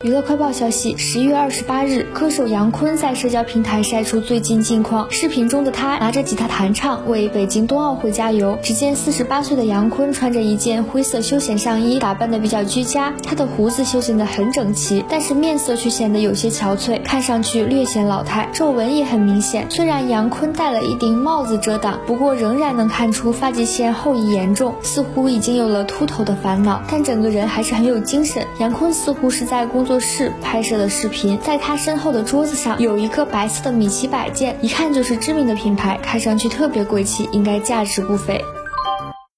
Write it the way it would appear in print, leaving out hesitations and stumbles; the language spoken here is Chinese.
娱乐快报消息，11月28日，歌手杨坤在社交平台晒出最近近况。视频中的他拿着吉他弹唱，为北京冬奥会加油。只见48岁的杨坤穿着一件灰色休闲上衣，打扮得比较居家。他的胡子修剪得很整齐，但是面色却显得有些憔悴，看上去略显老态，皱纹也很明显。虽然杨坤戴了一顶帽子遮挡，不过仍然能看出发际线后移严重，似乎已经有了秃头的烦恼，但整个人还是很有精神。杨坤似乎是在工作室拍摄的视频，在他身后的桌子上有一个白色的米奇摆件，一看就是知名的品牌，看上去特别贵气，应该价值不菲。